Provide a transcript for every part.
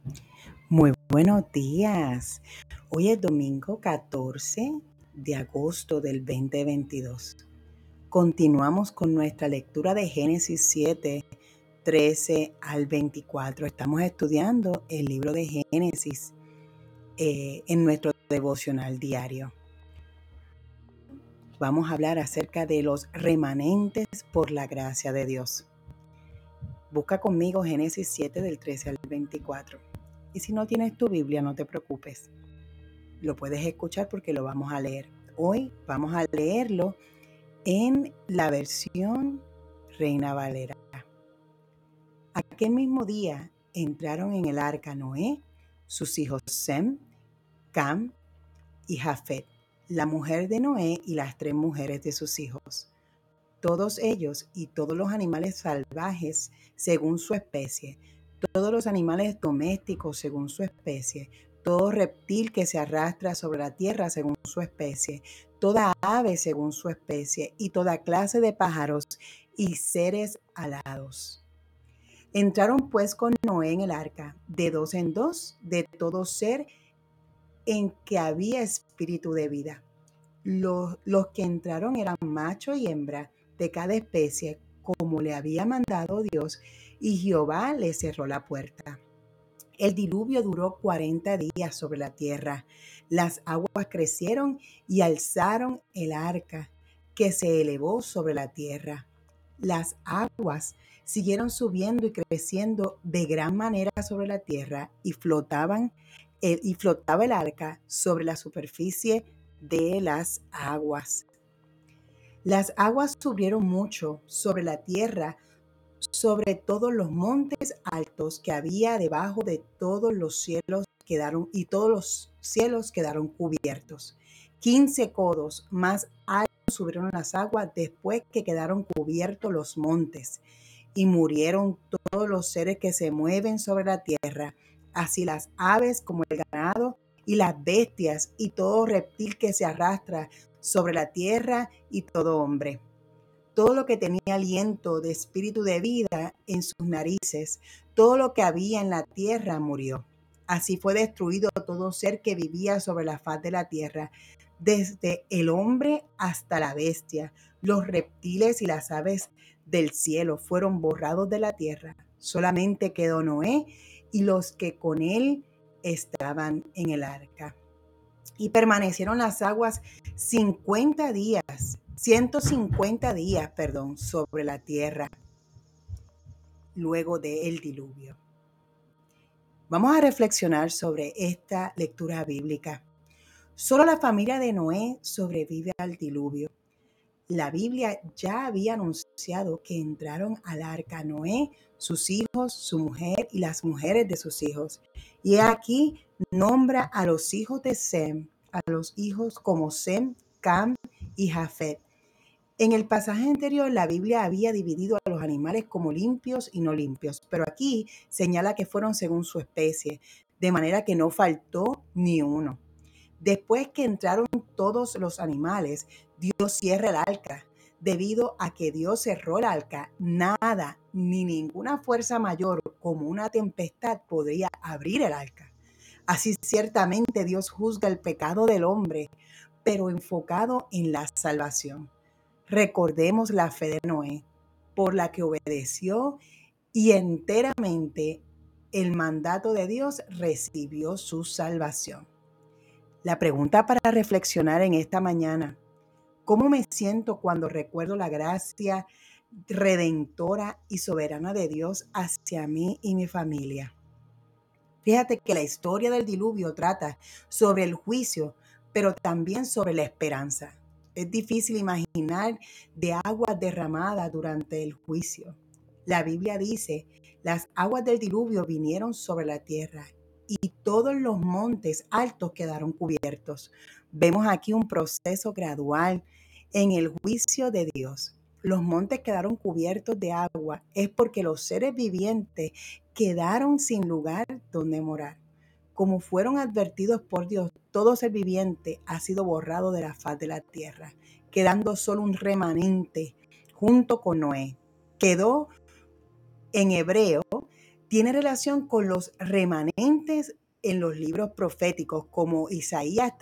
Muy buenos días. Hoy es domingo 14 de agosto del 2022. Continuamos con nuestra lectura de Génesis 7, 13 al 24. Estamos estudiando el libro de Génesis en nuestro devocional diario. Vamos a hablar acerca de los remanentes por la gracia de Dios. Busca conmigo Génesis 7 del 13 al 24. Y si no tienes tu Biblia, no te preocupes. Lo puedes escuchar porque lo vamos a leer. Hoy vamos a leerlo en la versión Reina Valera. Aquel mismo día entraron en el arca Noé, sus hijos Sem, Cam y Jafet, la mujer de Noé y las 3 mujeres de sus hijos. Todos ellos y todos los animales salvajes según su especie, todos los animales domésticos según su especie, todo reptil que se arrastra sobre la tierra según su especie, toda ave según su especie y toda clase de pájaros y seres alados. Entraron pues con Noé en el arca, de 2 en 2, de todo ser en que había espíritu de vida. Los que entraron eran macho y hembra de cada especie, como le había mandado Dios, y Jehová le cerró la puerta. El diluvio duró 40 días sobre la tierra. Las aguas crecieron y alzaron el arca, que se elevó sobre la tierra. Las aguas siguieron subiendo y creciendo de gran manera sobre la tierra y flotaba el arca sobre la superficie de las aguas. Las aguas subieron mucho sobre la tierra, sobre todos los montes altos que había debajo de todos los cielos y todos los cielos quedaron cubiertos. 15 codos más altos subieron las aguas después que quedaron cubiertos los montes, y murieron todos los seres que se mueven sobre la tierra, así las aves como el ganado y las bestias y todo reptil que se arrastra sobre la tierra y todo hombre. Todo lo que tenía aliento de espíritu de vida en sus narices, todo lo que había en la tierra murió. Así fue destruido todo ser que vivía sobre la faz de la tierra, desde el hombre hasta la bestia. Los reptiles y las aves del cielo fueron borrados de la tierra. Solamente quedó Noé y los que con él estaban en el arca. Y permanecieron las aguas 150 días sobre la tierra luego del diluvio. Vamos a reflexionar sobre esta lectura bíblica. Solo la familia de Noé sobrevive al diluvio. La Biblia ya había anunciado que entraron al arca Noé, sus hijos, su mujer y las mujeres de sus hijos. Y aquí nombra a los hijos de Sem, a los hijos como Sem, Cam y Jafet. En el pasaje anterior, la Biblia había dividido a los animales como limpios y no limpios, pero aquí señala que fueron según su especie, de manera que no faltó ni uno. Después que entraron todos los animales, Dios cierra el arca. Debido a que Dios cerró el arca, nada ni ninguna fuerza mayor como una tempestad podría abrir el arca. Así ciertamente Dios juzga el pecado del hombre, pero enfocado en la salvación. Recordemos la fe de Noé, por la que obedeció y enteramente el mandato de Dios recibió su salvación. La pregunta para reflexionar en esta mañana: ¿cómo me siento cuando recuerdo la gracia redentora y soberana de Dios hacia mí y mi familia? Fíjate que la historia del diluvio trata sobre el juicio, pero también sobre la esperanza. Es difícil imaginar de aguas derramadas durante el juicio. La Biblia dice: las aguas del diluvio vinieron sobre la tierra y todos los montes altos quedaron cubiertos. Vemos aquí un proceso gradual en el juicio de Dios. Los montes quedaron cubiertos de agua, es porque los seres vivientes quedaron sin lugar donde morar. Como fueron advertidos por Dios, todo ser viviente ha sido borrado de la faz de la tierra, quedando solo un remanente junto con Noé. Quedó en hebreo Tiene relación con los remanentes en los libros proféticos como Isaías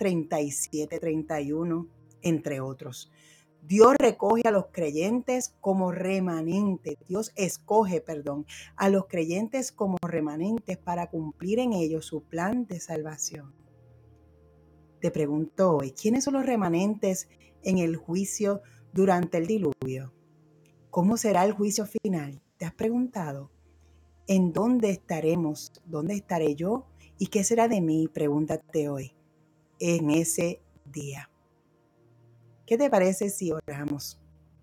37-31, entre otros. Dios recoge a los creyentes como remanentes. Dios escoge, a los creyentes como remanentes para cumplir en ellos su plan de salvación. Te pregunto hoy, ¿quiénes son los remanentes en el juicio durante el diluvio? ¿Cómo será el juicio final? ¿Te has preguntado? ¿En dónde estaremos? ¿Dónde estaré yo? ¿Y qué será de mí? Pregúntate hoy, en ese día. ¿Qué te parece si oramos?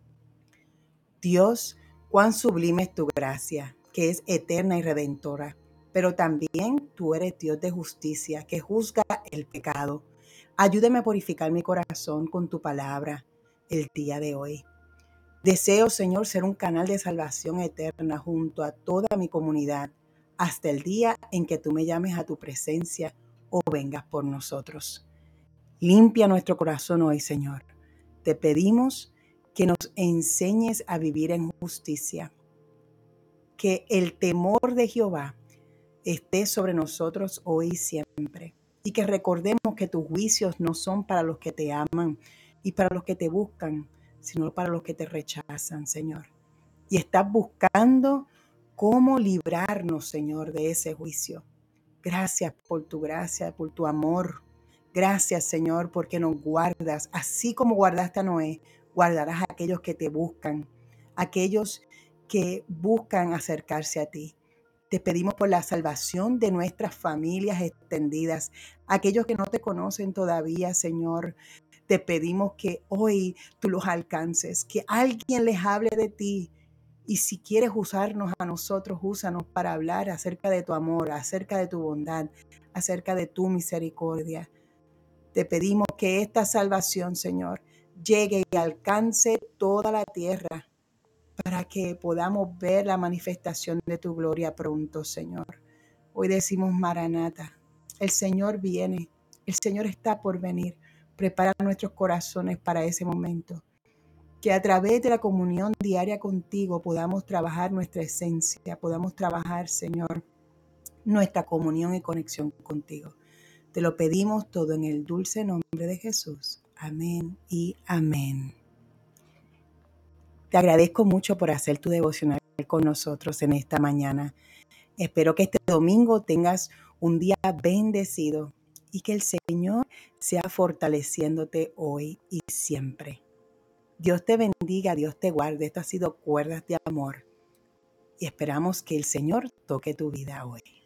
Dios, cuán sublime es tu gracia, que es eterna y redentora, pero también tú eres Dios de justicia, que juzga el pecado. Ayúdame a purificar mi corazón con tu palabra el día de hoy. Deseo, Señor, ser un canal de salvación eterna junto a toda mi comunidad, hasta el día en que tú me llames a tu presencia o vengas por nosotros. Limpia nuestro corazón hoy, Señor. Te pedimos que nos enseñes a vivir en justicia, que el temor de Jehová esté sobre nosotros hoy y siempre, y que recordemos que tus juicios no son para los que te aman y para los que te buscan, sino para los que te rechazan, Señor. Y estás buscando cómo librarnos, Señor, de ese juicio. Gracias por tu gracia, por tu amor. Gracias, Señor, porque nos guardas. Así como guardaste a Noé, guardarás a aquellos que te buscan, aquellos que buscan acercarse a ti. Te pedimos por la salvación de nuestras familias extendidas, aquellos que no te conocen todavía, Señor. Te pedimos que hoy tú los alcances, que alguien les hable de ti. Y si quieres usarnos a nosotros, úsanos para hablar acerca de tu amor, acerca de tu bondad, acerca de tu misericordia. Te pedimos que esta salvación, Señor, llegue y alcance toda la tierra para que podamos ver la manifestación de tu gloria pronto, Señor. Hoy decimos Maranata, el Señor viene, el Señor está por venir. Prepara nuestros corazones para ese momento. Que a través de la comunión diaria contigo podamos trabajar nuestra esencia, podamos trabajar, Señor, nuestra comunión y conexión contigo. Te lo pedimos todo en el dulce nombre de Jesús. Amén y amén. Te agradezco mucho por hacer tu devocional con nosotros en esta mañana. Espero que este domingo tengas un día bendecido y que el Señor sea fortaleciéndote hoy y siempre. Dios te bendiga, Dios te guarde. Esto ha sido Cuerdas de Amor y esperamos que el Señor toque tu vida hoy.